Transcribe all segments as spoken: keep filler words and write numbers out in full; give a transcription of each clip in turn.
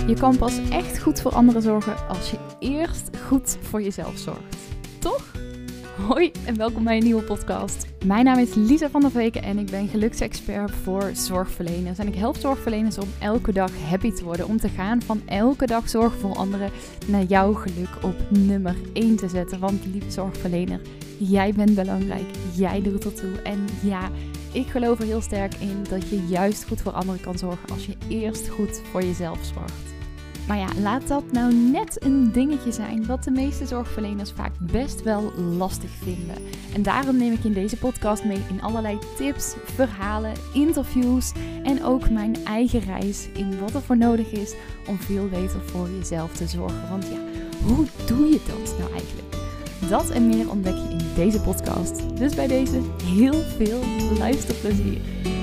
Je kan pas echt goed voor anderen zorgen als je eerst goed voor jezelf zorgt. Toch? Hoi en welkom bij een nieuwe podcast. Mijn naam is Lisa van der Veken en ik ben geluksexpert voor zorgverleners. En ik help zorgverleners om elke dag happy te worden. Om te gaan van elke dag zorgen voor anderen naar jouw geluk op nummer één te zetten. Want lieve zorgverlener, jij bent belangrijk. Jij doet ertoe. En ja, ik geloof er heel sterk in dat je juist goed voor anderen kan zorgen als je eerst goed voor jezelf zorgt. Maar ja, laat dat nou net een dingetje zijn wat de meeste zorgverleners vaak best wel lastig vinden. En daarom neem ik in deze podcast mee in allerlei tips, verhalen, interviews en ook mijn eigen reis in wat er voor nodig is om veel beter voor jezelf te zorgen. Want ja, hoe doe je dat nou eigenlijk? Dat en meer ontdek je in deze podcast. Dus bij deze heel veel luisterplezier.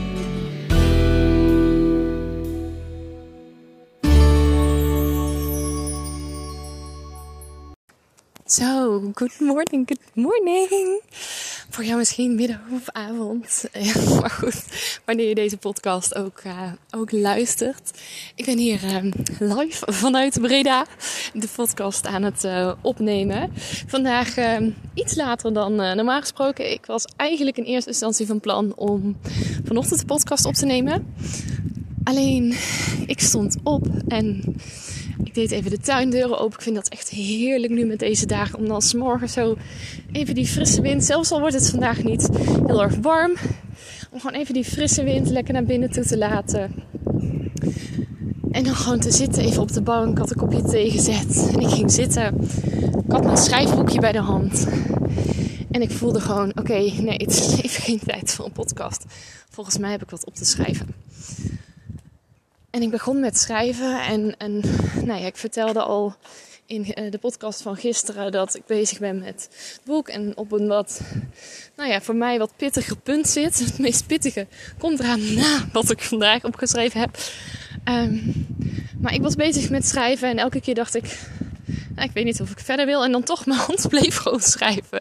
Zo, good morning, good morning. Voor jou misschien middag of avond. Maar goed, wanneer je deze podcast ook, uh, ook luistert. Ik ben hier uh, live vanuit Breda de podcast aan het uh, opnemen. Vandaag uh, iets later dan uh, normaal gesproken. Ik was eigenlijk in eerste instantie van plan om vanochtend de podcast op te nemen. Alleen, ik stond op en ik deed even de tuindeuren open. Ik vind dat echt heerlijk nu met deze dagen. Om dan 's morgens zo even die frisse wind. Zelfs al wordt het vandaag niet heel erg warm. Om gewoon even die frisse wind lekker naar binnen toe te laten. En dan gewoon te zitten even op de bank. Ik had een kopje thee gezet. En ik ging zitten. Ik had mijn schrijfboekje bij de hand. En ik voelde gewoon, oké, okay, nee, het is even geen tijd voor een podcast. Volgens mij heb ik wat op te schrijven. En ik begon met schrijven en, en nou ja, ik vertelde al in de podcast van gisteren dat ik bezig ben met het boek. En op een wat, nou ja, voor mij wat pittiger punt zit. Het meest pittige komt eraan na wat ik vandaag opgeschreven heb. Um, maar ik was bezig met schrijven en elke keer dacht ik, nou, ik weet niet of ik verder wil. En dan toch mijn hand bleef gewoon schrijven.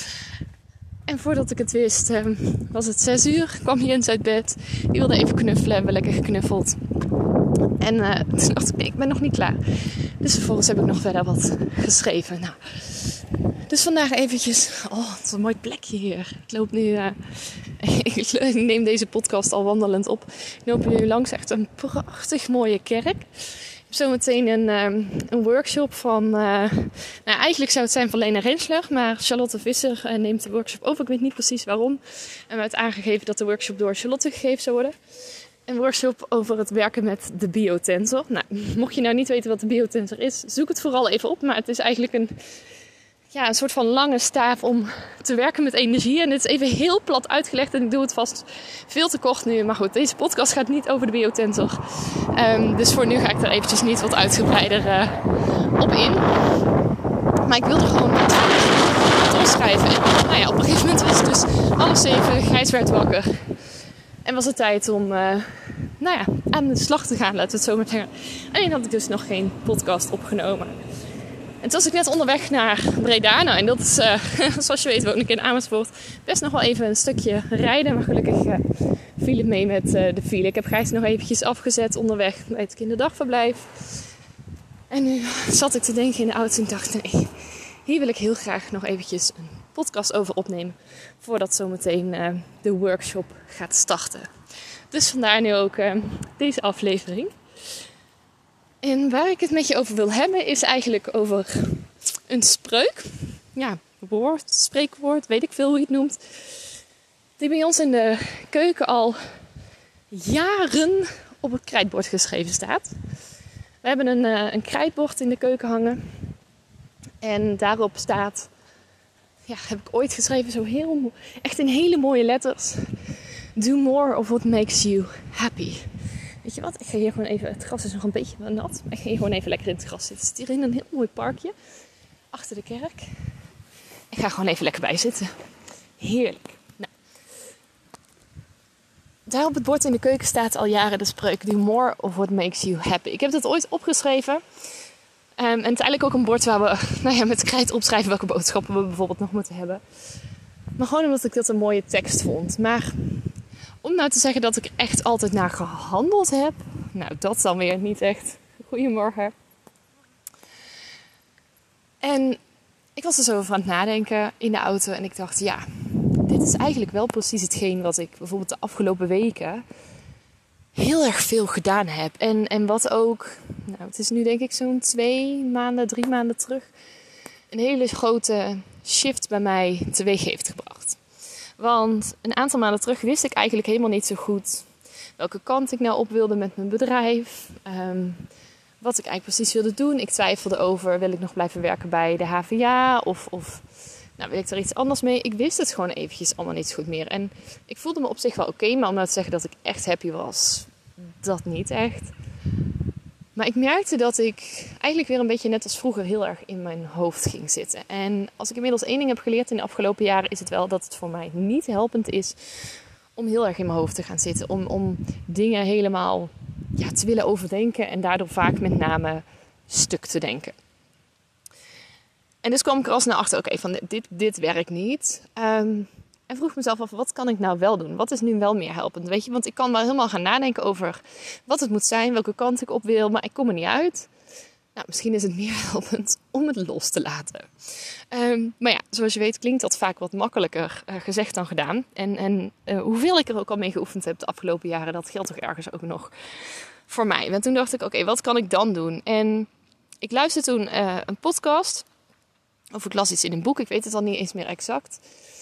En voordat ik het wist, um, was het zes uur. Kwam Jens uit bed. Die wilde even knuffelen. Hebben we lekker geknuffeld. En uh, toen dacht ik, nee, ik ben nog niet klaar. Dus vervolgens heb ik nog verder wat geschreven. Nou, dus vandaag eventjes... Oh, het is een mooi plekje hier. Ik loop nu... Uh, ik neem deze podcast al wandelend op. Ik loop nu langs echt een prachtig mooie kerk. Ik heb zometeen een, um, een workshop van... Uh, nou, eigenlijk zou het zijn van Lena Rensler. Maar Charlotte Visser uh, neemt de workshop over. Ik weet niet precies waarom. En we hebben aangegeven dat de workshop door Charlotte gegeven zou worden. Een workshop over het werken met de biotensor. Nou, mocht je nou niet weten wat de biotensor is, zoek het vooral even op. Maar het is eigenlijk een, ja, een soort van lange staaf om te werken met energie. En het is even heel plat uitgelegd en ik doe het vast veel te kort nu. Maar goed, deze podcast gaat niet over de biotensor. Um, dus voor nu ga ik er eventjes niet wat uitgebreider uh, op in. Maar ik wilde gewoon wat opschrijven. En nou ja, op een gegeven moment was het dus half zeven, Gijs werd wakker. En was het tijd om uh, nou ja, aan de slag te gaan, laten we het zo maar zeggen. Alleen had ik dus nog geen podcast opgenomen. En toen was ik net onderweg naar Breda. Nou, en dat is, uh, zoals je weet, woon ik in Amersfoort. Best nog wel even een stukje rijden. Maar gelukkig uh, viel het mee met uh, de file. Ik heb Gijs nog eventjes afgezet onderweg bij het kinderdagverblijf. En nu zat ik te denken in de auto en dacht, nee, hier wil ik heel graag nog eventjes een podcast over opnemen. Voordat zometeen uh, de workshop gaat starten. Dus vandaar nu ook uh, deze aflevering. En waar ik het met je over wil hebben is eigenlijk over een spreuk. Ja, woord, spreekwoord, weet ik veel hoe je het noemt. Die bij ons in de keuken al jaren op het krijtbord geschreven staat. We hebben een, uh, een krijtbord in de keuken hangen. En daarop staat... Ja, heb ik ooit geschreven, zo heel, echt in hele mooie letters. Do more of what makes you happy. Weet je wat, ik ga hier gewoon even, het gras is nog een beetje nat. Ik ga hier gewoon even lekker in het gras zitten. Het is hier in een heel mooi parkje, achter de kerk. Ik ga gewoon even lekker bij zitten. Heerlijk. Nou. Daar op het bord in de keuken staat al jaren de spreuk. Do more of what makes you happy. Ik heb dat ooit opgeschreven. Um, en het is eigenlijk ook een bord waar we nou ja, met krijt opschrijven welke boodschappen we bijvoorbeeld nog moeten hebben. Maar gewoon omdat ik dat een mooie tekst vond. Maar om nou te zeggen dat ik echt altijd naar gehandeld heb, nou dat dan weer niet echt. Goedemorgen. En ik was er zo over aan het nadenken in de auto. En ik dacht, ja, dit is eigenlijk wel precies hetgeen wat ik bijvoorbeeld de afgelopen weken heel erg veel gedaan heb. En, en wat ook, nou het is nu denk ik zo'n twee maanden, drie maanden terug, een hele grote shift bij mij teweeg heeft gebracht. Want een aantal maanden terug wist ik eigenlijk helemaal niet zo goed welke kant ik nou op wilde met mijn bedrijf. Um, wat ik eigenlijk precies wilde doen. Ik twijfelde over, wil ik nog blijven werken bij de H V A of, of nou, wil ik er iets anders mee? Ik wist het gewoon eventjes allemaal niet zo goed meer. En ik voelde me op zich wel oké, okay, maar om nou te zeggen dat ik echt happy was, dat niet echt. Maar ik merkte dat ik eigenlijk weer een beetje net als vroeger heel erg in mijn hoofd ging zitten. En als ik inmiddels één ding heb geleerd in de afgelopen jaren, is het wel dat het voor mij niet helpend is om heel erg in mijn hoofd te gaan zitten. Om, om dingen helemaal ja, te willen overdenken en daardoor vaak met name stuk te denken. En dus kwam ik er als naar achter, oké, okay, van dit, dit werkt niet. Um, en vroeg mezelf af, wat kan ik nou wel doen? Wat is nu wel meer helpend? Weet je, want ik kan wel helemaal gaan nadenken over wat het moet zijn, welke kant ik op wil, maar ik kom er niet uit. Nou, misschien is het meer helpend om het los te laten. Um, maar ja, zoals je weet klinkt dat vaak wat makkelijker uh, gezegd dan gedaan. En, en uh, hoeveel ik er ook al mee geoefend heb de afgelopen jaren, dat geldt toch ergens ook nog voor mij. Want toen dacht ik, oké, okay, wat kan ik dan doen? En ik luisterde toen uh, een podcast, of ik las iets in een boek, ik weet het al niet eens meer exact.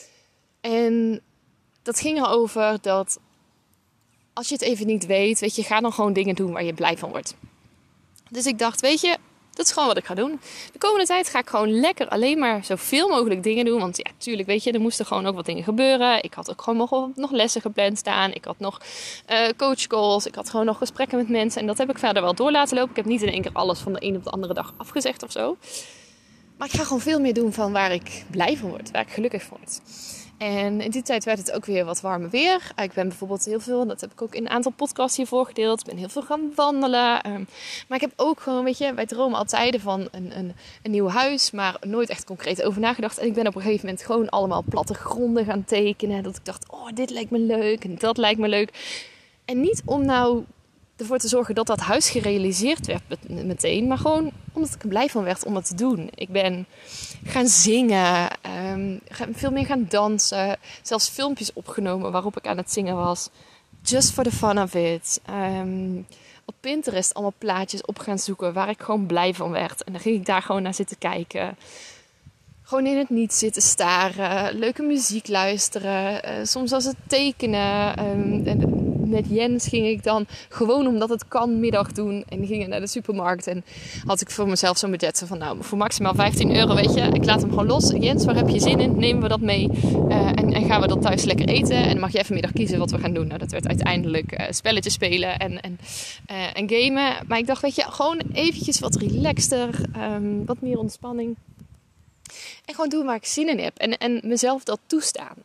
En dat ging erover dat als je het even niet weet, weet je, ga dan gewoon dingen doen waar je blij van wordt. Dus ik dacht, weet je, dat is gewoon wat ik ga doen. De komende tijd ga ik gewoon lekker alleen maar zoveel mogelijk dingen doen. Want ja, tuurlijk, weet je, er moesten gewoon ook wat dingen gebeuren. Ik had ook gewoon nog, nog lessen gepland staan. Ik had nog uh, coachcalls. Ik had gewoon nog gesprekken met mensen. En dat heb ik verder wel door laten lopen. Ik heb niet in één keer alles van de een op de andere dag afgezegd of zo. Maar ik ga gewoon veel meer doen van waar ik blij van word. Waar ik gelukkig van word. En in die tijd werd het ook weer wat warmer weer. Ik ben bijvoorbeeld heel veel, dat heb ik ook in een aantal podcasts hiervoor gedeeld. Ik ben heel veel gaan wandelen. Um, maar ik heb ook gewoon, weet je, wij dromen altijd van een, een, een nieuw huis. Maar nooit echt concreet over nagedacht. En ik ben op een gegeven moment gewoon allemaal plattegronden gaan tekenen. Dat ik dacht, oh, dit lijkt me leuk en dat lijkt me leuk. En niet om nou ervoor te zorgen dat dat huis gerealiseerd werd meteen. Maar gewoon omdat ik er blij van werd om het te doen. Ik ben gaan zingen. Um, veel meer gaan dansen. Zelfs filmpjes opgenomen waarop ik aan het zingen was. Just for the fun of it. Um, op Pinterest allemaal plaatjes op gaan zoeken waar ik gewoon blij van werd. En dan ging ik daar gewoon naar zitten kijken. Gewoon in het niet zitten staren. Leuke muziek luisteren. Uh, soms was het tekenen. Um, en met Jens ging ik dan gewoon omdat het kan middag doen. En gingen naar de supermarkt. En had ik voor mezelf zo'n budget van nou voor maximaal vijftien euro weet je. Ik laat hem gewoon los. Jens, waar heb je zin in? Nemen we dat mee. Uh, en, en gaan we dat thuis lekker eten. En dan mag je even middag kiezen wat we gaan doen. Nou dat werd uiteindelijk uh, spelletjes spelen en, en, uh, en gamen. Maar ik dacht weet je gewoon eventjes wat relaxter. Um, wat meer ontspanning. En gewoon doen waar ik zin in heb. En, en mezelf dat toestaan.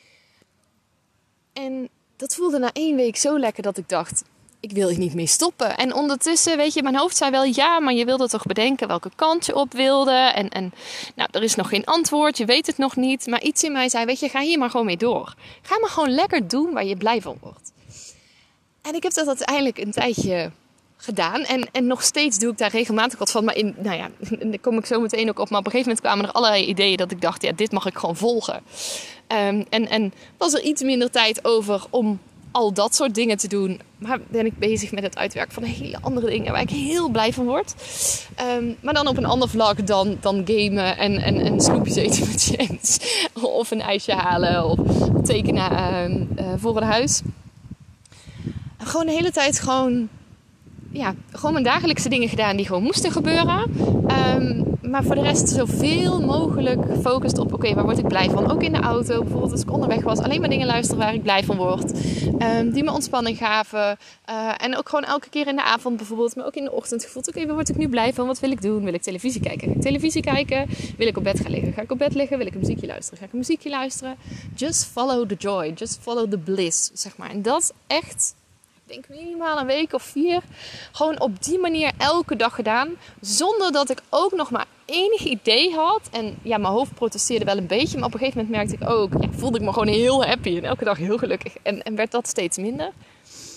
En dat voelde na één week zo lekker dat ik dacht, ik wil hier niet mee stoppen. En ondertussen, weet je, mijn hoofd zei wel ja, maar je wilde toch bedenken welke kant je op wilde. En, en nou, er is nog geen antwoord, je weet het nog niet. Maar iets in mij zei, weet je, ga hier maar gewoon mee door. Ga maar gewoon lekker doen waar je blij van wordt. En ik heb dat uiteindelijk een tijdje gedaan. En, en nog steeds doe ik daar regelmatig wat van. Maar in, nou ja, daar kom ik zo meteen ook op. Maar op een gegeven moment kwamen er allerlei ideeën dat ik dacht, ja, dit mag ik gewoon volgen. Um, en, en was er iets minder tijd over om al dat soort dingen te doen. Maar ben ik bezig met het uitwerken van hele andere dingen waar ik heel blij van word. Um, maar dan op een ander vlak dan, dan gamen en, en, en snoepjes eten met Jens. Of een ijsje halen of tekenen uh, uh, voor een huis. Gewoon de hele tijd gewoon... Ja, gewoon mijn dagelijkse dingen gedaan die gewoon moesten gebeuren. Um, maar voor de rest zoveel mogelijk gefocust op... Oké, okay, waar word ik blij van? Ook in de auto, bijvoorbeeld als ik onderweg was. Alleen maar dingen luisteren waar ik blij van word. Um, die me ontspanning gaven. Uh, en ook gewoon elke keer in de avond bijvoorbeeld. Maar ook in de ochtend gevoeld. Oké, okay, waar word ik nu blij van? Wat wil ik doen? Wil ik televisie kijken? Ga ik televisie kijken? Wil ik op bed gaan liggen? Ga ik op bed liggen? Wil ik een muziekje luisteren? Ga ik een muziekje luisteren? Just follow the joy. Just follow the bliss, zeg maar. En dat echt... Ik denk minimaal een week of vier. Gewoon op die manier elke dag gedaan. Zonder dat ik ook nog maar enig idee had. En ja, mijn hoofd protesteerde wel een beetje. Maar op een gegeven moment merkte ik ook... Ja, voelde ik me gewoon heel happy. En elke dag heel gelukkig. En, en werd dat steeds minder.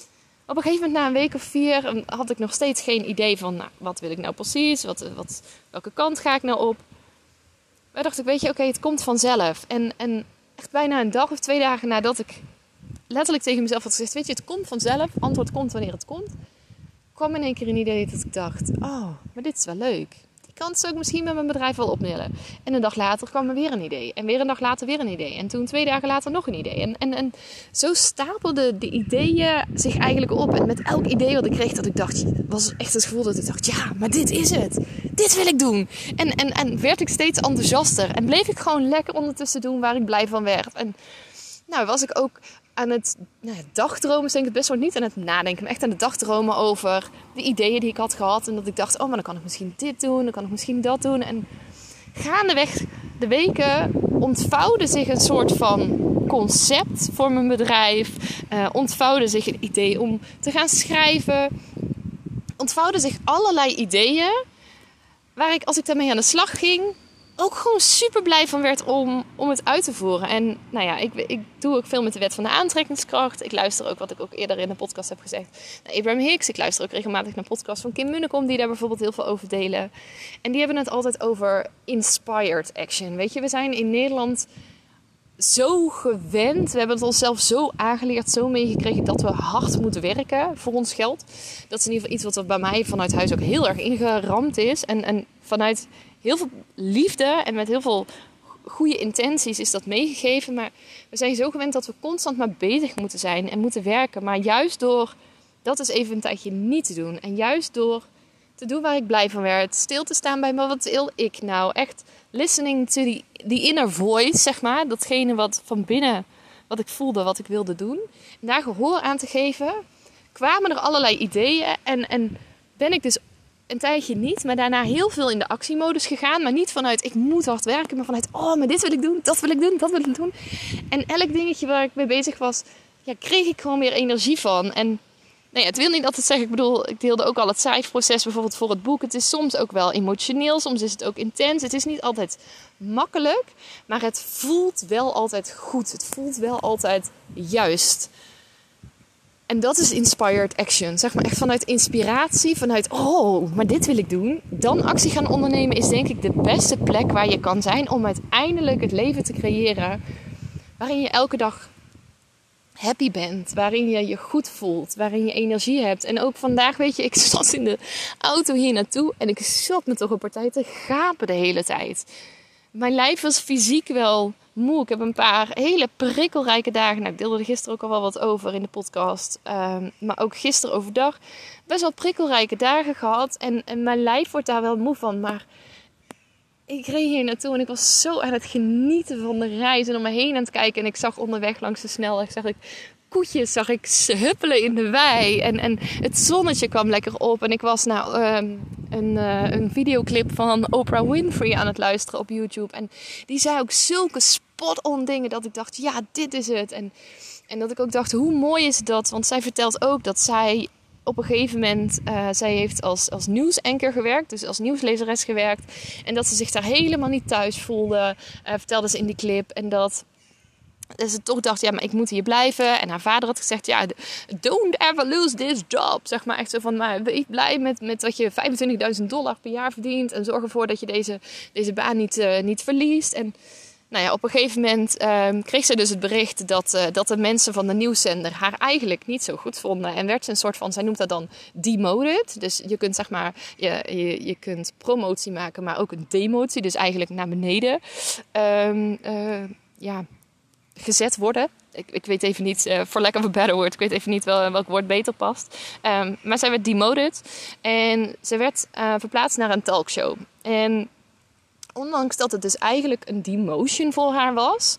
op een gegeven moment na een week of vier had ik nog steeds geen idee van, nou, wat wil ik nou precies? Wat, wat, welke kant ga ik nou op? Maar dacht ik, weet je, oké, okay, het komt vanzelf. En, en echt bijna een dag of twee dagen nadat ik letterlijk tegen mezelf had gezegd, weet je, het komt vanzelf. Antwoord komt wanneer het komt. Kwam in één keer een idee dat ik dacht, oh, maar dit is wel leuk. Ik kan het ook misschien met mijn bedrijf wel opnillen. En een dag later kwam er weer een idee. En weer een dag later weer een idee. En toen twee dagen later nog een idee. En, en, en zo stapelden de ideeën zich eigenlijk op. En met elk idee wat ik kreeg, dat ik dacht, was echt het gevoel dat ik dacht, ja, maar dit is het. Dit wil ik doen. En, en, en werd ik steeds enthousiaster. En bleef ik gewoon lekker ondertussen doen waar ik blij van werd. En nou was ik ook aan het nou, dagdromen, denk ik best wel niet aan het nadenken, maar echt aan het dagdromen over de ideeën die ik had gehad. En dat ik dacht, oh, maar dan kan ik misschien dit doen, dan kan ik misschien dat doen. En gaandeweg de weken ontvouwde zich een soort van concept voor mijn bedrijf. Uh, ontvouwde zich een idee om te gaan schrijven. Ontvouwden zich allerlei ideeën waar ik, als ik daarmee aan de slag ging, ook gewoon super blij van werd om, om het uit te voeren. En nou ja, ik, ik doe ook veel met de wet van de aantrekkingskracht. Ik luister ook, wat ik ook eerder in de podcast heb gezegd, naar Abraham Hicks. Ik luister ook regelmatig naar podcasts van Kim Munnekom, die daar bijvoorbeeld heel veel over delen. En die hebben het altijd over inspired action. Weet je, we zijn in Nederland zo gewend. We hebben het onszelf zo aangeleerd, zo meegekregen dat we hard moeten werken voor ons geld. Dat is in ieder geval iets wat er bij mij vanuit huis ook heel erg ingeramd is. En, en vanuit heel veel liefde en met heel veel goede intenties is dat meegegeven. Maar we zijn zo gewend dat we constant maar bezig moeten zijn en moeten werken. Maar juist door dat is even een tijdje niet te doen. En juist door te doen waar ik blij van werd. Stil te staan bij, maar wat wil ik nou? Echt listening to the, the inner voice, zeg maar. Datgene wat van binnen, wat ik voelde, wat ik wilde doen. En daar gehoor aan te geven, kwamen er allerlei ideeën. En, en ben ik dus een tijdje niet, maar daarna heel veel in de actiemodus gegaan. Maar niet vanuit, ik moet hard werken, maar vanuit, oh, maar dit wil ik doen, dat wil ik doen, dat wil ik doen. En elk dingetje waar ik mee bezig was, ja, kreeg ik gewoon meer energie van. En nee, het wil niet altijd zeggen, ik bedoel, ik deelde ook al het schrijfproces bijvoorbeeld voor het boek. Het is soms ook wel emotioneel, soms is het ook intens. Het is niet altijd makkelijk, maar het voelt wel altijd goed. Het voelt wel altijd juist. En dat is inspired action. Zeg maar echt vanuit inspiratie, vanuit, oh, maar dit wil ik doen. Dan actie gaan ondernemen is denk ik de beste plek waar je kan zijn om uiteindelijk het leven te creëren waarin je elke dag happy bent, waarin je je goed voelt, waarin je energie hebt. En ook vandaag, weet je, ik zat in de auto hier naartoe en ik zat me toch een partij te gapen de hele tijd. Mijn lijf was fysiek wel moe. Ik heb een paar hele prikkelrijke dagen. Nou, ik deelde er gisteren ook al wel wat over in de podcast. Um, maar ook gisteren overdag best wel prikkelrijke dagen gehad. En, en mijn lijf wordt daar wel moe van. Maar ik reed hier naartoe en ik was zo aan het genieten van de reis. En om me heen aan het kijken. En ik zag onderweg langs de snelweg, zag ik koetjes, zag ik huppelen in de wei. En, en het zonnetje kwam lekker op. En ik was nou um, een, uh, een videoclip van Oprah Winfrey aan het luisteren op YouTube. En die zei ook zulke spot-on dingen dat ik dacht, ja, dit is het. En, en dat ik ook dacht, hoe mooi is dat? Want zij vertelt ook dat zij op een gegeven moment, uh, zij heeft als, als nieuwsanker gewerkt, dus als nieuwslezeres gewerkt. En dat ze zich daar helemaal niet thuis voelde, uh, vertelde ze in die clip. En dat Dus ze toch dacht, ja, maar ik moet hier blijven. En haar vader had gezegd, ja, don't ever lose this job. Zeg maar echt zo van, maar wees blij met, met dat je vijfentwintigduizend dollar per jaar verdient. En zorg ervoor dat je deze, deze baan niet, uh, niet verliest. En nou ja, op een gegeven moment uh, kreeg ze dus het bericht dat, uh, dat de mensen van de nieuwszender haar eigenlijk niet zo goed vonden. En werd ze een soort van, zij noemt dat dan demoted. Dus je kunt zeg maar, je, je, je kunt promotie maken, maar ook een demotie. Dus eigenlijk naar beneden. Um, uh, ja... gezet worden. Ik, ik weet even niet, uh, for lack of a better word, ik weet even niet wel, welk woord beter past. Um, maar zij werd demoted en ze werd uh, verplaatst naar een talkshow. En ondanks dat het dus eigenlijk een demotion voor haar was,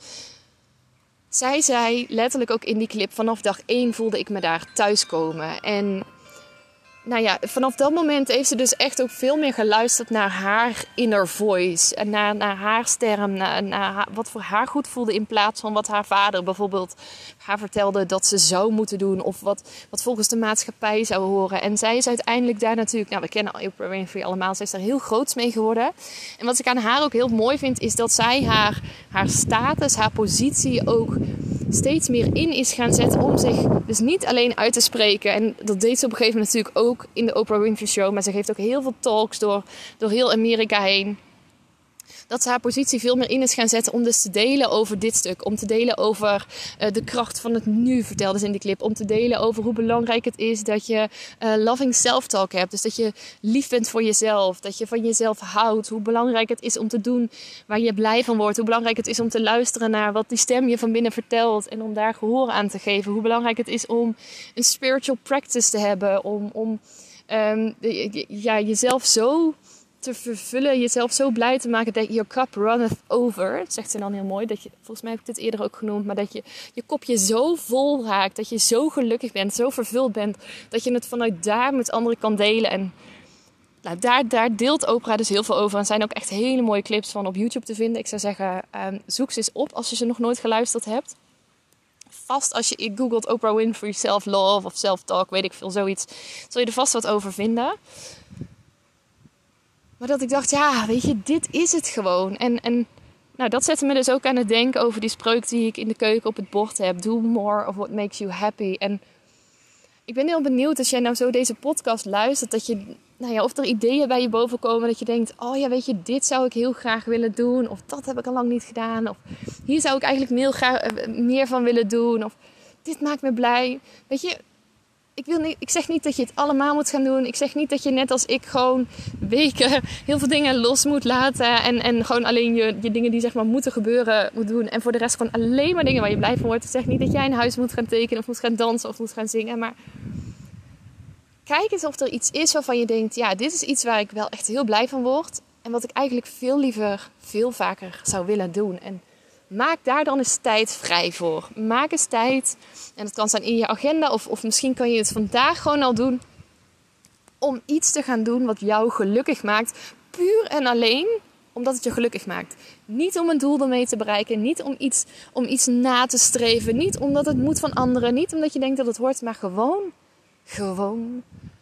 zij zei letterlijk ook in die clip, vanaf dag één voelde ik me daar thuiskomen. En nou ja, vanaf dat moment heeft ze dus echt ook veel meer geluisterd naar haar inner voice. En naar, naar haar stem, naar, naar haar, wat voor haar goed voelde. In plaats van wat haar vader bijvoorbeeld haar vertelde dat ze zou moeten doen. Of wat, wat volgens de maatschappij zou horen. En zij is uiteindelijk daar natuurlijk, nou we kennen Oprah Winfrey allemaal. Zij is daar heel groots mee geworden. En wat ik aan haar ook heel mooi vind, is dat zij haar, haar status, haar positie ook steeds meer in is gaan zetten om zich dus niet alleen uit te spreken. En dat deed ze op een gegeven moment natuurlijk ook in de Oprah Winfrey Show. Maar ze geeft ook heel veel talks door, door heel Amerika heen. Dat ze haar positie veel meer in is gaan zetten om dus te delen over dit stuk. Om te delen over uh, de kracht van het nu, vertelde ze in de clip. Om te delen over hoe belangrijk het is dat je uh, loving self-talk hebt. Dus dat je lief bent voor jezelf. Dat je van jezelf houdt. Hoe belangrijk het is om te doen waar je blij van wordt. Hoe belangrijk het is om te luisteren naar wat die stem je van binnen vertelt. En om daar gehoor aan te geven. Hoe belangrijk het is om een spiritual practice te hebben. Om, om um, ja, jezelf zo te vervullen, jezelf zo blij te maken dat your cup runneth over. Dat zegt ze dan heel mooi. Dat je, volgens mij heb ik dit eerder ook genoemd. Maar dat je je kopje zo vol raakt. Dat je zo gelukkig bent. Zo vervuld bent. Dat je het vanuit daar met anderen kan delen. En nou, daar, daar deelt Oprah dus heel veel over. En er zijn ook echt hele mooie clips van op YouTube te vinden. Ik zou zeggen, um, zoek ze eens op als je ze nog nooit geluisterd hebt. Vast als je googelt Oprah Winfrey self-love of self-talk, weet ik veel, zoiets. Zul je er vast wat over vinden. Maar dat ik dacht, ja, weet je, dit is het gewoon. En, en nou, dat zette me dus ook aan het denken over die spreuk die ik in de keuken op het bord heb. Do more of what makes you happy. En ik ben heel benieuwd als jij nou zo deze podcast luistert. Dat je, nou ja, of er ideeën bij je boven komen. Dat je denkt, oh ja, weet je, dit zou ik heel graag willen doen. Of dat heb ik al lang niet gedaan. Of hier zou ik eigenlijk meer, graag, meer van willen doen. Of dit maakt me blij. Weet je, Ik, wil niet, ik zeg niet dat je het allemaal moet gaan doen. Ik zeg niet dat je net als ik gewoon weken heel veel dingen los moet laten. En, en gewoon alleen je, je dingen die zeg maar moeten gebeuren moet doen. En voor de rest gewoon alleen maar dingen waar je blij van wordt. Ik zeg niet dat jij een huis moet gaan tekenen of moet gaan dansen of moet gaan zingen. Maar kijk eens of er iets is waarvan je denkt, ja, dit is iets waar ik wel echt heel blij van word. En wat ik eigenlijk veel liever, veel vaker zou willen doen. En maak daar dan eens tijd vrij voor. Maak eens tijd. En dat kan zijn in je agenda. Of, of misschien kan je het vandaag gewoon al doen. Om iets te gaan doen wat jou gelukkig maakt. Puur en alleen omdat het je gelukkig maakt. Niet om een doel ermee te bereiken. Niet om iets, om iets na te streven. Niet omdat het moet van anderen. Niet omdat je denkt dat het hoort. Maar gewoon. Gewoon.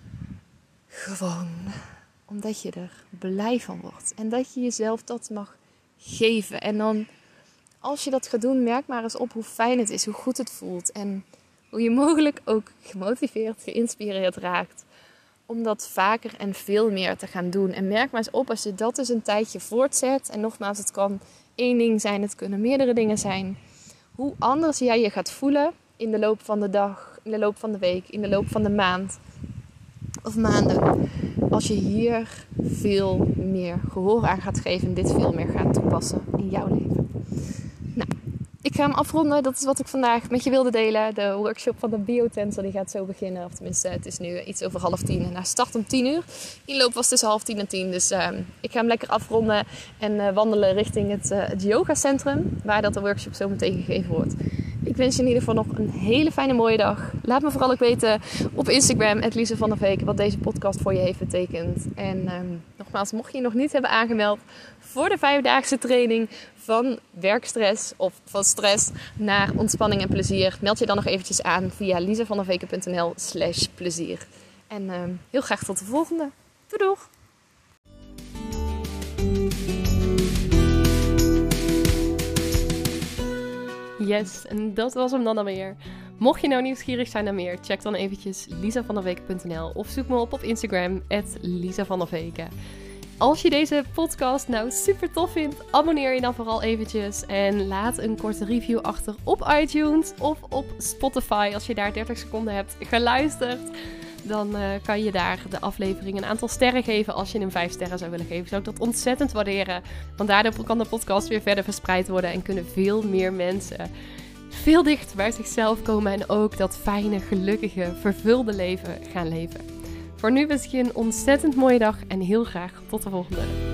Gewoon. Omdat je er blij van wordt. En dat je jezelf dat mag geven. En dan, als je dat gaat doen, merk maar eens op hoe fijn het is, hoe goed het voelt. En hoe je mogelijk ook gemotiveerd, geïnspireerd raakt. Om dat vaker en veel meer te gaan doen. En merk maar eens op als je dat dus een tijdje voortzet. En nogmaals, het kan één ding zijn, het kunnen meerdere dingen zijn. Hoe anders jij je gaat voelen in de loop van de dag, in de loop van de week, in de loop van de maand of maanden. Als je hier veel meer gehoor aan gaat geven en dit veel meer gaat toepassen in jouw leven. Nou, ik ga hem afronden. Dat is wat ik vandaag met je wilde delen. De workshop van de biotensor die gaat zo beginnen. Of tenminste, het is nu iets over half tien. En hij start om tien uur. Inloop was tussen half tien en tien. Dus uh, ik ga hem lekker afronden en uh, wandelen richting het, uh, het yogacentrum. Waar dat de workshop zo meteen gegeven wordt. Ik wens je in ieder geval nog een hele fijne mooie dag. Laat me vooral ook weten op Instagram, at Lisa van der Veek, wat deze podcast voor je heeft betekend. En um, nogmaals, mocht je je nog niet hebben aangemeld voor de vijfdaagse training van werkstress of van stress naar ontspanning en plezier, meld je dan nog eventjes aan via lisavanderveken.nl slash plezier. En um, heel graag tot de volgende. Doei doeg! Yes, en dat was hem dan alweer. Mocht je nou nieuwsgierig zijn naar meer, check dan eventjes lisavanderveken punt n l of zoek me op op Instagram, at lisavanderveken. Als je deze podcast nou super tof vindt, abonneer je dan vooral eventjes en laat een korte review achter op iTunes of op Spotify. Als je daar dertig seconden hebt geluisterd, dan uh, kan je daar de aflevering een aantal sterren geven. Als je hem vijf sterren zou willen geven, zou ik dat ontzettend waarderen. Want daardoor kan de podcast weer verder verspreid worden en kunnen veel meer mensen veel dichter bij zichzelf komen en ook dat fijne, gelukkige, vervulde leven gaan leven. Voor nu wens ik je een ontzettend mooie dag en heel graag tot de volgende.